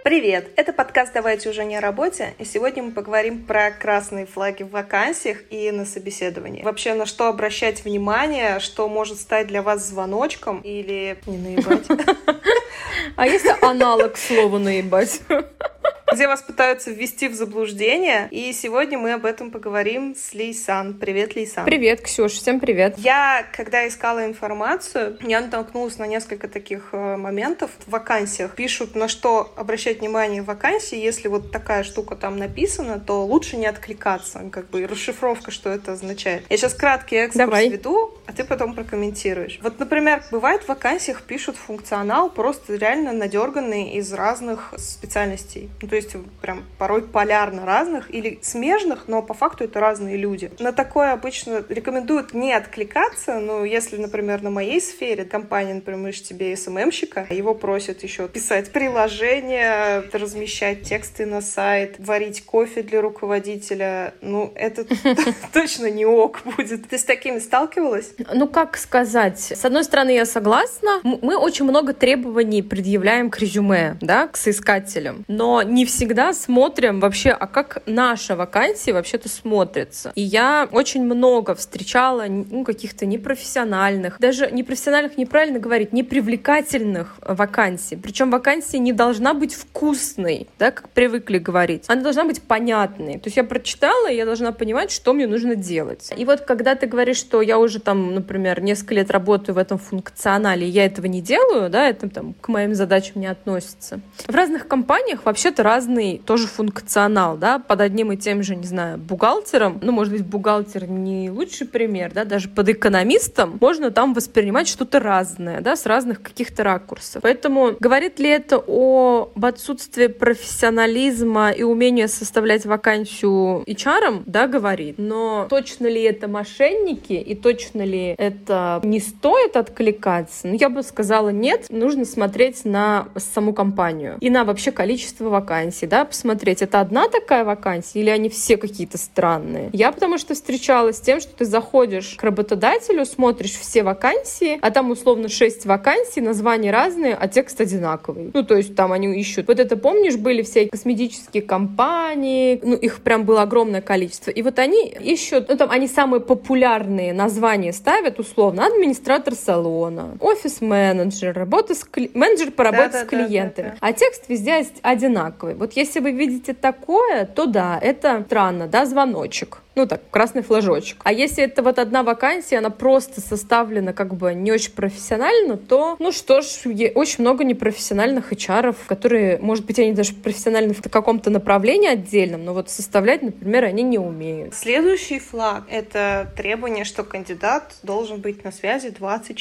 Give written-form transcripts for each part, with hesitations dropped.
Привет! Это подкаст «Давайте уже не о работе», и сегодня мы поговорим про красные флаги в вакансиях и на собеседовании. Вообще, на что обращать внимание, что может стать для вас звоночком или не наебать. А если аналог слова «наебать»? Где вас пытаются ввести в заблуждение. И сегодня мы об этом поговорим с Лейсан. Привет, Лейсан. Привет, Ксюш, всем привет. Я, когда искала информацию, я натолкнулась на несколько таких моментов. В вакансиях пишут, на что обращать внимание в вакансии. Если вот такая штука там написана, то лучше не откликаться. Как бы расшифровка, что это означает. Я сейчас краткий экскурс веду, а ты потом прокомментируешь. Вот, например, бывает в вакансиях пишут функционал просто реально надерганный из разных специальностей. То есть прям порой полярно разных или смежных, но по факту это разные люди. На такое обычно рекомендуют не откликаться, но если, например, на моей сфере компания, например, ищет тебе СММщика, его просят еще писать приложения, размещать тексты на сайт, варить кофе для руководителя, это точно не ок будет. Ты с такими сталкивалась? Как сказать? С одной стороны, я согласна. Мы очень много требований предъявляем к резюме, к соискателям, но не всегда смотрим вообще, а как наша вакансия вообще-то смотрится. И я очень много встречала каких-то непрофессиональных, даже непрофессиональных, неправильно говорить, непривлекательных вакансий. Причем вакансия не должна быть вкусной, как привыкли говорить. Она должна быть понятной. То есть я прочитала, и я должна понимать, что мне нужно делать. И вот когда ты говоришь, что я уже например, несколько лет работаю в этом функционале, и я этого не делаю, это к моим задачам не относится. В разных компаниях вообще-то разный тоже функционал, под одним и тем же, бухгалтером, может быть, бухгалтер не лучший пример, даже под экономистом можно там воспринимать что-то разное, с разных каких-то ракурсов. Поэтому говорит ли это об отсутствии профессионализма и умения составлять вакансию HR? Да, говорит. Но точно ли это мошенники и точно ли это не стоит откликаться? Я бы сказала нет. Нужно смотреть на саму компанию и на вообще количество вакансий, посмотреть, это одна такая вакансия или они все какие-то странные. Я потому что встречалась с тем, что ты заходишь к работодателю, смотришь все вакансии, а там условно 6 вакансий, названия разные, а текст одинаковый. То есть там они ищут. Вот это, помнишь, были все косметические компании, их прям было огромное количество. И вот они ищут, они самые популярные названия ставят, условно, администратор салона, офис-менеджер, менеджер по работе с клиентами. А текст везде одинаковый. Вот если вы видите такое, то да, это странно, звоночек. Красный флажочек. А если это вот одна вакансия, она просто составлена не очень профессионально, то, очень много непрофессиональных HR-ов, которые, может быть, они даже профессиональны в каком-то направлении отдельном, но вот составлять, например, они не умеют. Следующий флаг — это требование, что кандидат должен быть на связи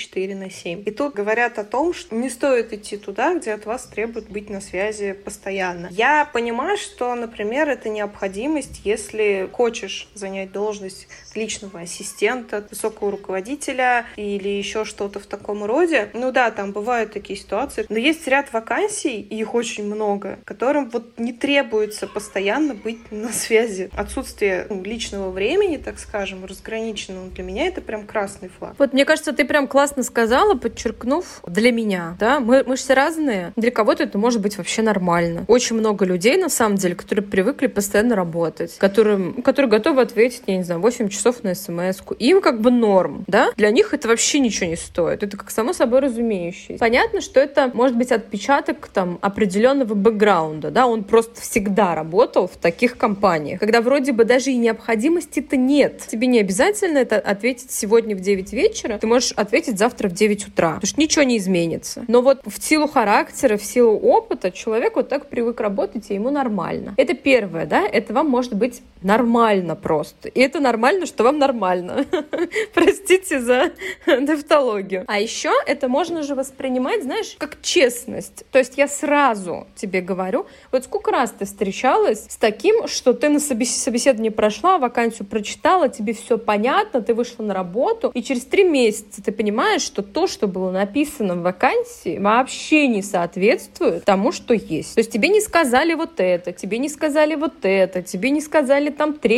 24/7. И тут говорят о том, что не стоит идти туда, где от вас требуют быть на связи постоянно. Я понимаю, что, например, это необходимость, если хочешь занять должность личного ассистента, высокого руководителя или еще что-то в таком роде. Там бывают такие ситуации. Но есть ряд вакансий, и их очень много, которым не требуется постоянно быть на связи. Отсутствие личного времени, так скажем, разграниченного, для меня это прям красный флаг. Вот мне кажется, ты прям классно сказала, подчеркнув для меня, Мы же все разные. Для кого-то это может быть вообще нормально. Очень много людей, на самом деле, которые привыкли постоянно работать, которые готовы ответить, 8 часов на смс-ку. Им норм, Для них это вообще ничего не стоит. Это как само собой разумеющееся. Понятно, что это может быть отпечаток определенного бэкграунда, Он просто всегда работал в таких компаниях, когда вроде бы даже и необходимости-то нет. Тебе не обязательно это ответить сегодня в 9 вечера, ты можешь ответить завтра в 9 утра, потому что ничего не изменится. Но вот в силу характера, в силу опыта человек вот так привык работать, и ему нормально. Это первое, это вам может быть нормально просто. И это нормально, что вам нормально. Простите за тавтологию. А еще это можно же воспринимать, как честность. То есть я сразу тебе говорю, вот сколько раз ты встречалась с таким, что ты на собеседование прошла, вакансию прочитала, тебе все понятно, ты вышла на работу, и через 3 месяца ты понимаешь, что то, что было написано в вакансии, вообще не соответствует тому, что есть. То есть тебе не сказали вот это, тебе не сказали вот это, тебе не сказали 3, 5,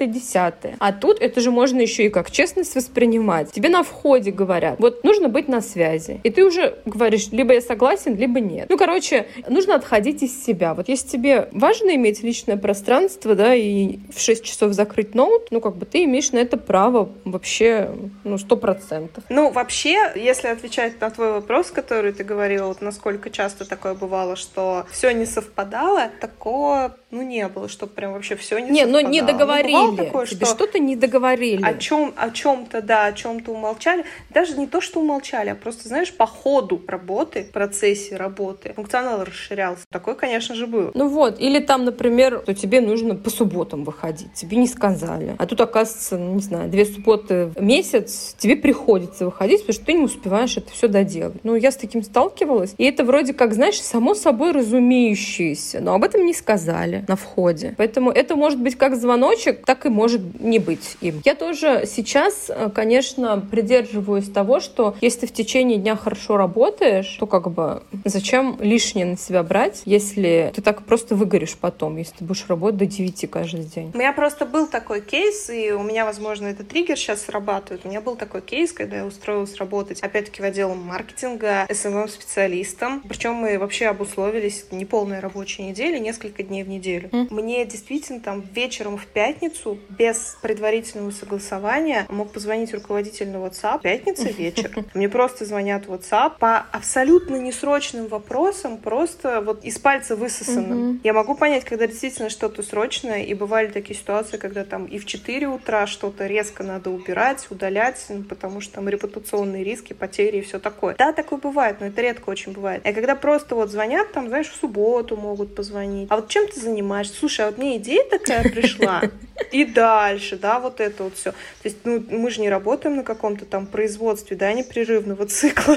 пятое, десятое. А тут это же можно еще и как честность воспринимать. Тебе на входе говорят, вот нужно быть на связи. И ты уже говоришь, либо я согласен, либо нет. Ну, короче, нужно отходить из себя. Вот если тебе важно иметь личное пространство, да, и в 6 часов закрыть ноут, ну, как бы ты имеешь на это право вообще, ну, 100%. Ну, вообще, если отвечать на твой вопрос, который ты говорила, вот насколько часто такое бывало, что все не совпадало, такого, ну, не было, чтобы прям вообще все не совпадало. Не, ну, не договорили. Ну, такое, тебе что-то не договорили. О чем-то, да, о чем-то умолчали. Даже не то, что умолчали, а просто, знаешь, по ходу работы, в процессе работы функционал расширялся. Такое, конечно же, было. Ну вот, или там, например, то тебе нужно по субботам выходить, тебе не сказали. А тут, оказывается, не знаю, 2 субботы в месяц тебе приходится выходить, потому что ты не успеваешь это все доделать. Ну, я с таким сталкивалась. И это вроде как, знаешь, само собой разумеющееся. Но об этом не сказали на входе. Поэтому это может быть как звоночек, так и может не быть им. Я тоже сейчас, конечно, придерживаюсь того, что если ты в течение дня хорошо работаешь, то как бы зачем лишнее на себя брать, если ты так просто выгоришь потом, если ты будешь работать до 9 каждый день. У меня просто был такой кейс, и у меня, возможно, этот триггер сейчас срабатывает. У меня был такой кейс, когда я устроилась работать, опять-таки, в отделе маркетинга, SMM-специалистом. Причем мы вообще обусловились неполной рабочей недели, несколько дней в неделю. Мне действительно там вечером в пятницу, без предварительного согласования, мог позвонить руководитель на WhatsApp. Пятница вечер. Мне просто звонят в WhatsApp по абсолютно несрочным вопросам, просто вот из пальца высосанным. Я могу понять, когда действительно что-то срочное, и бывали такие ситуации, когда там и в 4 утра что-то резко надо убирать, удалять, потому что там репутационные риски, потери и все такое. Да, такое бывает, но это редко очень бывает. А когда просто вот звонят, там, знаешь, в субботу могут позвонить. А вот чем ты занимаешься? Слушай, а вот мне идея такая пришла. И дальше, да, вот это вот все. То есть, ну, мы же не работаем на каком-то там производстве, да, непрерывного цикла.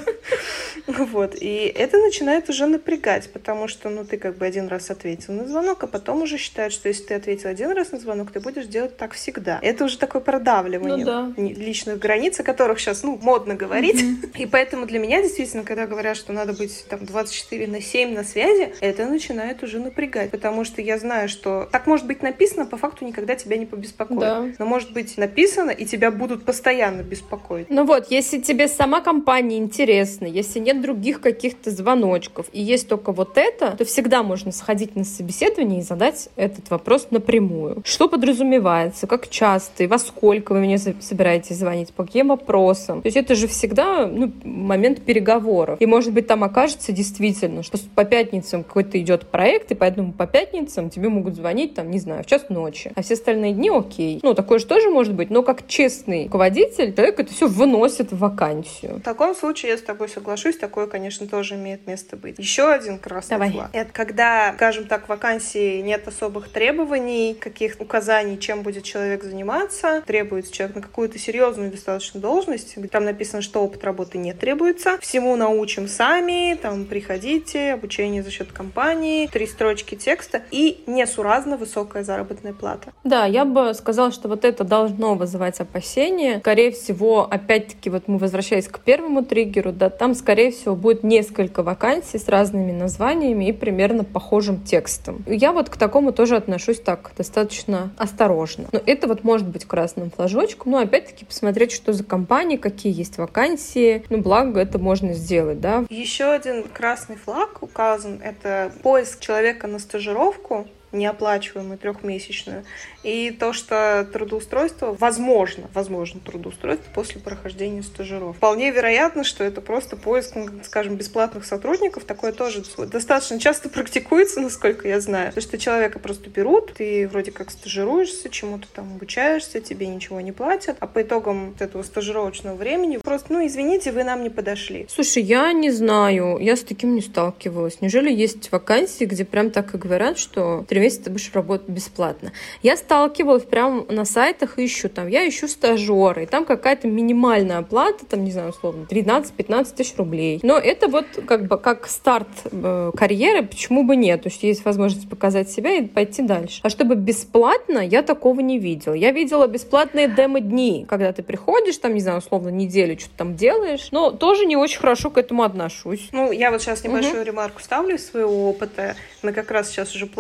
Вот. И это начинает уже напрягать, потому что, ну, ты как бы один раз ответил на звонок, а потом уже считают, что если ты ответил один раз на звонок, ты будешь делать так всегда. Это уже такое продавливание личных границ, о которых сейчас, ну, модно говорить. И поэтому для меня действительно, когда говорят, что надо быть там 24/7 на связи, это начинает уже напрягать, потому что я знаю, что так может быть написано, по факту никогда тебя не побеспокоит. Да. Но может быть написано, и тебя будут постоянно беспокоить. Ну вот, если тебе сама компания интересна, если нет других каких-то звоночков, и есть только вот это, то всегда можно сходить на собеседование и задать этот вопрос напрямую. Что подразумевается, как часто и во сколько вы мне собираетесь звонить, по каким вопросам. То есть это же всегда, ну, момент переговоров. И может быть там окажется действительно, что по пятницам какой-то идет проект, и поэтому по пятницам тебе могут звонить, там, не знаю, в час ночи, а все остальные дни окей. Ну, такое же тоже может быть, но как честный руководитель, человек это все выносит в вакансию. В таком случае я с тобой соглашусь, такое, конечно, тоже имеет место быть. Еще один красный флаг. Это когда, скажем так, в вакансии нет особых требований, каких указаний, чем будет человек заниматься, требуется человек на какую-то серьезную достаточно должность, там написано, что опыт работы не требуется, всему научим сами, там, приходите, обучение за счет компании, 3 строчки текста и несуразно высокая заработная плата. Да, я бы сказала, что вот это должно вызывать опасения. Скорее всего, опять-таки, вот мы возвращаясь к первому триггеру, да, там, скорее всего, будет несколько вакансий с разными названиями и примерно похожим текстом. Я вот к такому тоже отношусь так, достаточно осторожно. Но это вот может быть красным флажочком. Но опять-таки посмотреть, что за компания, какие есть вакансии. Ну, благо, это можно сделать, да. Еще один красный флаг указан — это поиск человека на стажировку, неоплачиваемую 3-месячную, и то, что трудоустройство, возможно трудоустройство после прохождения стажировки. Вполне вероятно, что это просто поиск, скажем, бесплатных сотрудников. Такое тоже достаточно часто практикуется, насколько я знаю. То, что человека просто берут, ты вроде как стажируешься, чему-то там обучаешься, тебе ничего не платят, а по итогам этого стажировочного времени просто, ну, извините, вы нам не подошли. Слушай, я не знаю, я с таким не сталкивалась. Неужели есть вакансии, где прям так и говорят, что 3 месяца ты будешь работать бесплатно? Я сталкивалась прям на сайтах, я ищу стажера, и там какая-то минимальная оплата, там, не знаю, условно, 13-15 тысяч рублей. Но это вот как бы как старт карьеры, почему бы нет? То есть есть возможность показать себя и пойти дальше. А чтобы бесплатно, я такого не видела. Я видела бесплатные демо-дни, когда ты приходишь, там, не знаю, условно, неделю что-то там делаешь, но тоже не очень хорошо к этому отношусь. Ну, я вот сейчас небольшую ремарку ставлю из своего опыта. Мы как раз сейчас уже плавно перейдем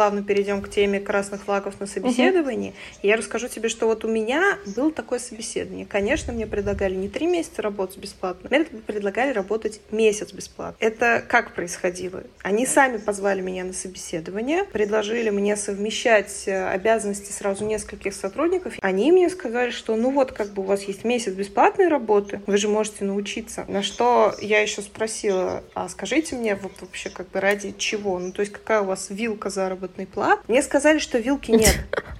перейдем к теме красных флагов на собеседовании. И я расскажу тебе, что вот у меня было такое собеседование. Конечно, мне предлагали не 3 месяца работать бесплатно, мне предлагали работать месяц бесплатно. Это как происходило? Они сами позвали меня на собеседование, предложили мне совмещать обязанности сразу нескольких сотрудников. Они мне сказали, что ну вот, как бы у вас есть месяц бесплатной работы, вы же можете научиться. На что я еще спросила, а скажите мне вот вообще как бы ради чего? Ну то есть какая у вас вилка заработной платы? Мне сказали, что вилки нет.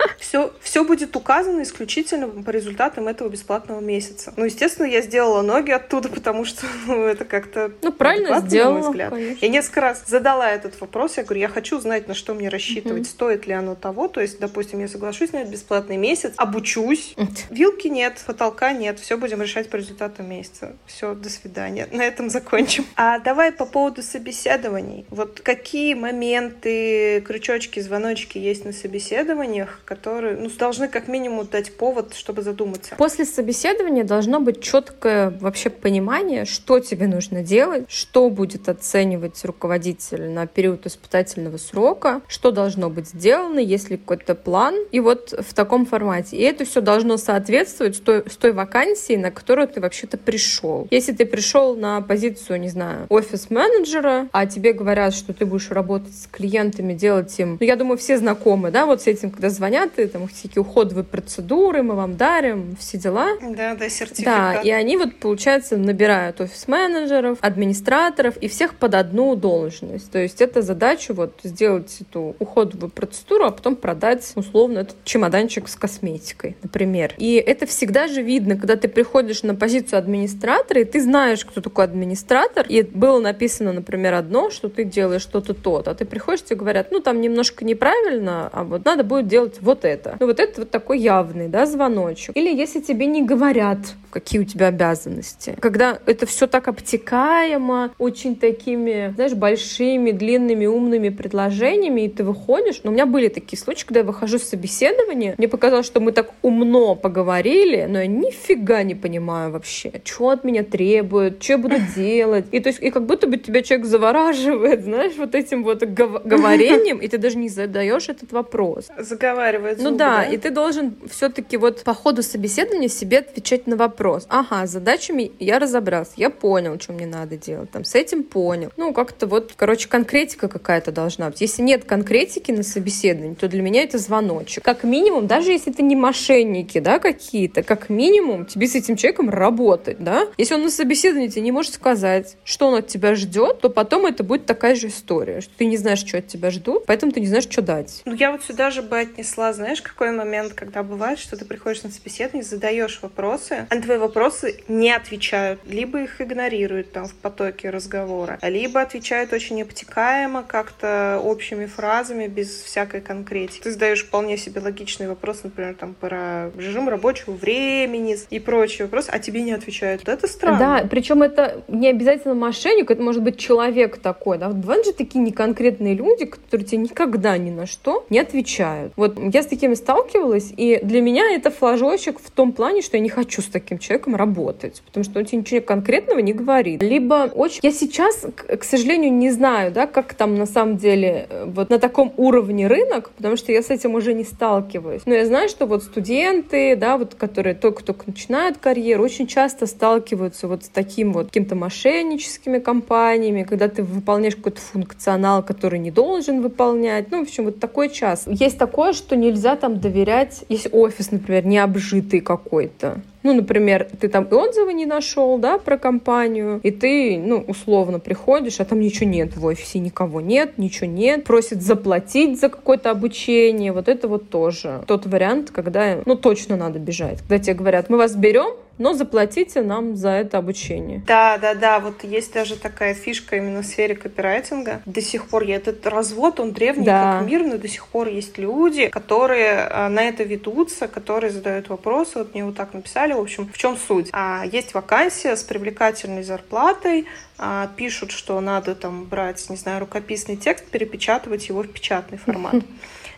Все будет указано исключительно по результатам этого бесплатного месяца. Ну, естественно, я сделала ноги оттуда, потому что это как-то... Ну, правильно сделала, на мой взгляд. Конечно. Я несколько раз задала этот вопрос. Я говорю, я хочу знать, на что мне рассчитывать, стоит ли оно того. То есть, допустим, я соглашусь на этот бесплатный месяц, обучусь. Вилки нет, потолка нет. Все будем решать по результатам месяца. Все, до свидания. На этом закончим. А давай по поводу собеседований. Вот какие моменты, крючочки, звоночки есть на собеседованиях, которые должны как минимум дать повод, чтобы задуматься. После собеседования должно быть четкое вообще понимание, что тебе нужно делать, что будет оценивать руководитель на период испытательного срока, что должно быть сделано, есть ли какой-то план, и вот в таком формате. И это все должно соответствовать с той вакансией, на которую ты вообще-то пришел. Если ты пришел на позицию, не знаю, офис-менеджера, а тебе говорят, что ты будешь работать с клиентами, делать им, я думаю, все знакомы, да, вот с этим, когда звонят, и там всякие уходовые процедуры, мы вам дарим, все дела. Да, сертификат. Да, и они вот, получается, набирают офис-менеджеров, администраторов и всех под одну должность. То есть это задача вот сделать эту уходовую процедуру, а потом продать, условно, этот чемоданчик с косметикой, например. И это всегда же видно, когда ты приходишь на позицию администратора, и ты знаешь, кто такой администратор, и было написано, например, одно, что ты делаешь что-то то-то, а ты приходишь, тебе говорят, там немножко неправильно, а вот надо будет делать вот это. Вот это вот такой явный, да, звоночек. Или если тебе не говорят, какие у тебя обязанности. Когда это все так обтекаемо, очень такими, знаешь, большими, длинными, умными предложениями, и ты выходишь. Но у меня были такие случаи, когда я выхожу с собеседования, мне показалось, что мы так умно поговорили, но я нифига не понимаю вообще, что от меня требуют, что я буду делать. И то есть, и как будто бы тебя человек завораживает, знаешь, вот этим вот говорением, и ты даже не задаешь этот вопрос. Заговаривает зубы, да, и ты должен все-таки вот по ходу собеседования себе отвечать на вопрос. Ага, с задачами я разобрался, я понял, что мне надо делать, там, с этим понял. Как-то вот, конкретика какая-то должна быть. Если нет конкретики на собеседовании, то для меня это звоночек. Как минимум, даже если это не мошенники, да, какие-то, как минимум тебе с этим человеком работать, да. Если он на собеседовании тебе не может сказать, что он от тебя ждет, то потом это будет такая же история, что ты не знаешь, что от тебя ждут, поэтому ты не знаешь, что дать. Я вот сюда же бы отнесла, знаешь, какой момент, когда бывает, что ты приходишь на собеседование, задаешь вопросы, а на твои вопросы не отвечают, либо их игнорируют там в потоке разговора, либо отвечают очень обтекаемо, как-то общими фразами, без всякой конкретики. Ты задаешь вполне себе логичный вопрос, например, там про режим рабочего времени и прочие вопросы, а тебе не отвечают. Это странно. Да, причем это не обязательно мошенник, это может быть человек такой, да. Вот бывают же такие неконкретные люди, которые тебе никогда ни на что не отвечают. Вот я с такими сталкивалась, и для меня это флажочек в том плане, что я не хочу с таким человеком работать, потому что он тебе ничего конкретного не говорит. Либо очень... Я сейчас, к сожалению, не знаю, да, как там на самом деле вот на таком уровне рынок, потому что я с этим уже не сталкиваюсь. Но я знаю, что вот студенты, да, вот которые только-только начинают карьеру, очень часто сталкиваются вот с таким вот каким-то мошенническими компаниями, когда ты выполняешь какой-то функционал, который не должен выполнять. В общем, вот такой час. Есть такое, что нельзя там доверять, если офис, например, необжитый какой-то. Например, ты там и отзывы не нашел, да, про компанию, и ты, условно приходишь, а там ничего нет в офисе, никого нет, ничего нет, просят заплатить за какое-то обучение. Вот это вот тоже тот вариант, когда, точно надо бежать. Когда тебе говорят, мы вас берем, но заплатите нам за это обучение. Да, вот есть даже такая фишка именно в сфере копирайтинга. До сих пор этот развод, он древний как мир, но до сих пор есть люди, которые на это ведутся, которые задают вопросы. Вот мне вот так написали, в общем, в чем суть? Есть вакансия с привлекательной зарплатой, пишут, что надо там брать, не знаю, рукописный текст, перепечатывать его в печатный формат.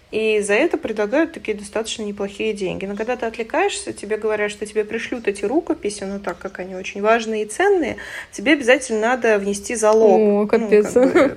и за это предлагают такие достаточно неплохие деньги. Но когда ты отвлекаешься, тебе говорят, что тебе пришлют эти рукописи, но так как они очень важные и ценные, тебе обязательно надо внести залог. О, капец.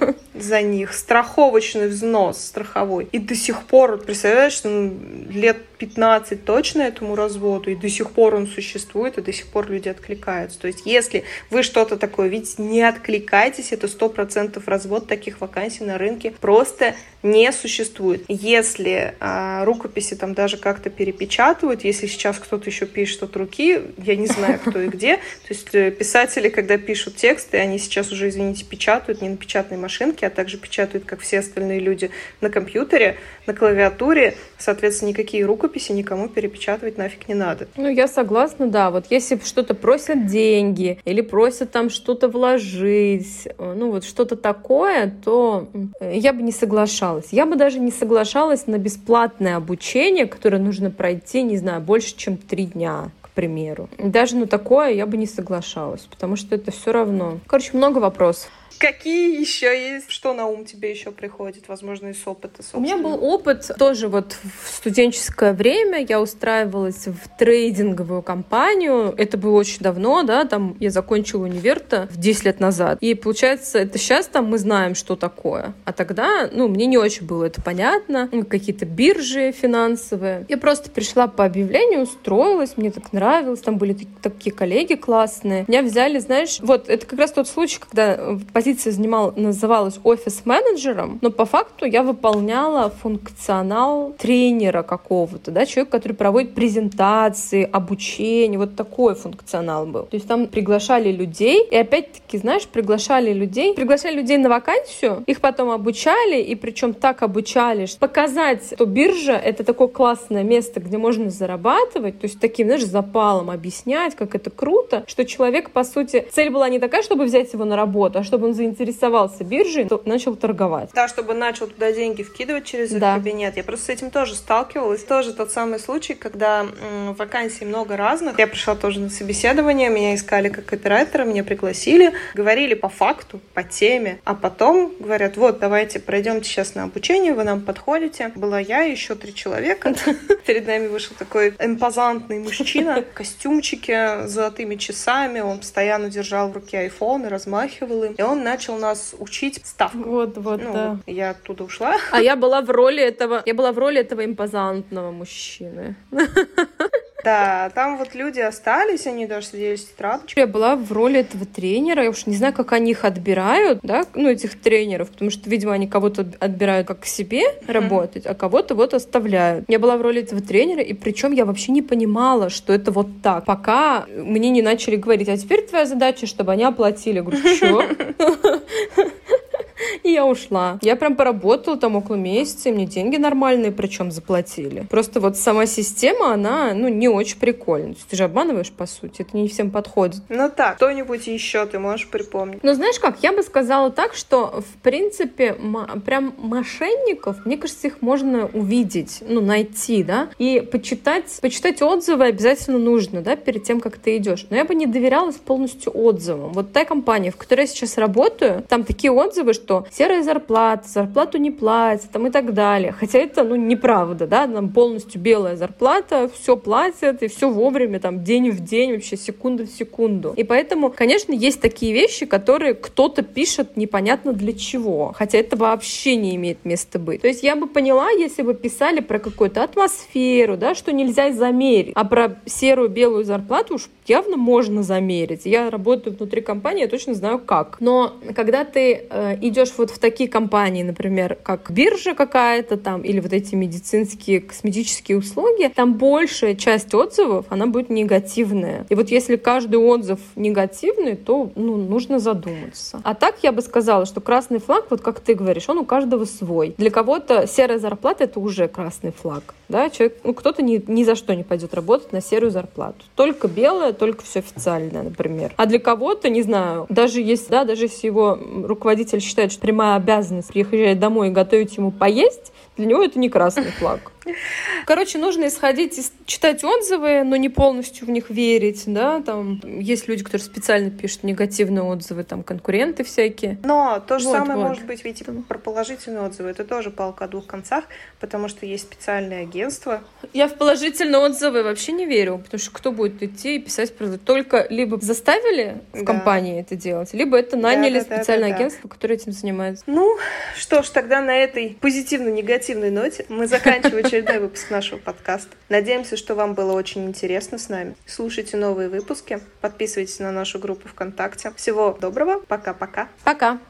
За них. Страховочный взнос, страховой. И до сих пор, представляешь, что лет 15 точно этому разводу, и до сих пор он существует, и до сих пор люди откликаются. То есть, если вы что-то такое видите, не откликайтесь, это 100% развод, таких вакансий на рынке просто не существует. Если рукописи там даже как-то перепечатывают, если сейчас кто-то еще пишет от руки, я не знаю, кто и где, то есть писатели, когда пишут тексты, они сейчас уже, извините, печатают не на печатной машинке, а также печатают, как все остальные люди, на компьютере, на клавиатуре, соответственно, никакие рукописи никому перепечатывать нафиг не надо. Ну, я согласна, да. Вот если что-то просят деньги или просят там что-то вложить, ну вот что-то такое, то я бы не соглашалась. Я бы даже не соглашалась на бесплатное обучение, которое нужно пройти, не знаю, больше, чем 3 дня, к примеру. Даже на такое я бы не соглашалась, потому что это все равно. Короче, много вопросов. Какие еще есть? Что на ум тебе еще приходит? Возможно, из опыта, собственно. У меня был опыт тоже вот в студенческое время. Я устраивалась в трейдинговую компанию. Это было очень давно, да, там я закончила универ-то 10 лет назад. И получается, это сейчас там мы знаем, что такое. А тогда, мне не очень было это понятно. Какие-то биржи финансовые. Я просто пришла по объявлению, устроилась, мне так нравилось. Там были такие коллеги классные. Меня взяли, знаешь, вот это как раз тот случай, когда позиция называлась офис-менеджером, но по факту я выполняла функционал тренера какого-то, да, человека, который проводит презентации, обучение, вот такой функционал был. То есть там приглашали людей, и опять-таки, знаешь, приглашали людей на вакансию, их потом обучали, и причем так обучали, что показать, что биржа — это такое классное место, где можно зарабатывать, то есть таким, знаешь, запалом объяснять, как это круто, что человек, по сути, цель была не такая, чтобы взять его на работу, а чтобы он заинтересовался биржей, то начал торговать. Да, чтобы начал туда деньги вкидывать через их кабинет. Я просто с этим тоже сталкивалась. Тоже тот самый случай, когда вакансий много разных. Я пришла тоже на собеседование, меня искали как копирайтера, меня пригласили, говорили по факту, по теме, а потом говорят, вот, давайте пройдемте сейчас на обучение, вы нам подходите. Была я и еще 3 человека. Перед нами вышел такой импозантный мужчина в костюмчике с золотыми часами, он постоянно держал в руке айфон и размахивал им. И он начал нас учить ставкам. Вот, да. Я оттуда ушла. А я была в роли этого импозантного мужчины. Да, там вот люди остались, они даже сидели с тетрадочкой. Я была в роли этого тренера, я уж не знаю, как они их отбирают, да, этих тренеров, потому что, видимо, они кого-то отбирают как к себе работать, а кого-то вот оставляют. Я была в роли этого тренера, и причем я вообще не понимала, что это вот так, пока мне не начали говорить, а теперь твоя задача, чтобы они оплатили. Я говорю, что? И я ушла. Я прям поработала там около месяца, и мне деньги нормальные причем заплатили. Просто вот сама система, она, не очень прикольная. Ты же обманываешь, по сути, это не всем подходит. Ну так, кто-нибудь еще ты можешь припомнить? Ну, знаешь как, я бы сказала так, что, в принципе, прям мошенников, мне кажется, их можно увидеть, найти, да, и почитать отзывы обязательно нужно, да, перед тем, как ты идешь. Но я бы не доверялась полностью отзывам. Вот та компания, в которой я сейчас работаю, там такие отзывы, что серая зарплата, зарплату не платят, там и так далее. Хотя это, неправда, да, там полностью белая зарплата, все платят, и все вовремя, там, день в день, вообще секунда в секунду. И поэтому, конечно, есть такие вещи, которые кто-то пишет непонятно для чего. Хотя это вообще не имеет места быть. То есть я бы поняла, если бы писали про какую-то атмосферу, да, что нельзя замерить. А про серую, белую зарплату уж явно можно замерить. Я работаю внутри компании, я точно знаю как. Но когда ты идешь вот в такие компании, например, как биржа какая-то там, или вот эти медицинские, косметические услуги, там большая часть отзывов, она будет негативная. И вот если каждый отзыв негативный, то, нужно задуматься. А так я бы сказала, что красный флаг, вот как ты говоришь, он у каждого свой. Для кого-то серая зарплата — это уже красный флаг. Да? Человек, кто-то ни за что не пойдет работать на серую зарплату. Только белая, только все официальное, например. А для кого-то, не знаю, даже если его руководитель считает, что прямая обязанность приезжать домой и готовить ему поесть, для него это не красный флаг. Короче, нужно исходить из читать отзывы, но не полностью в них верить, да, там есть люди, которые специально пишут негативные отзывы, там конкуренты всякие. Но то же самое может быть ведь и про положительные отзывы. Это тоже палка о двух концах, потому что есть специальные агентства. Я в положительные отзывы вообще не верю, потому что кто будет идти и писать про это? Только либо заставили в компании это делать, либо это наняли специальное агентство, которое этим занимается. Ну, что ж, тогда на этой позитивно-негативной ноте мы заканчиваем очередной выпуск нашего подкаста. Надеемся, что вам было очень интересно с нами. Слушайте новые выпуски, подписывайтесь на нашу группу ВКонтакте. Всего доброго, пока-пока. Пока.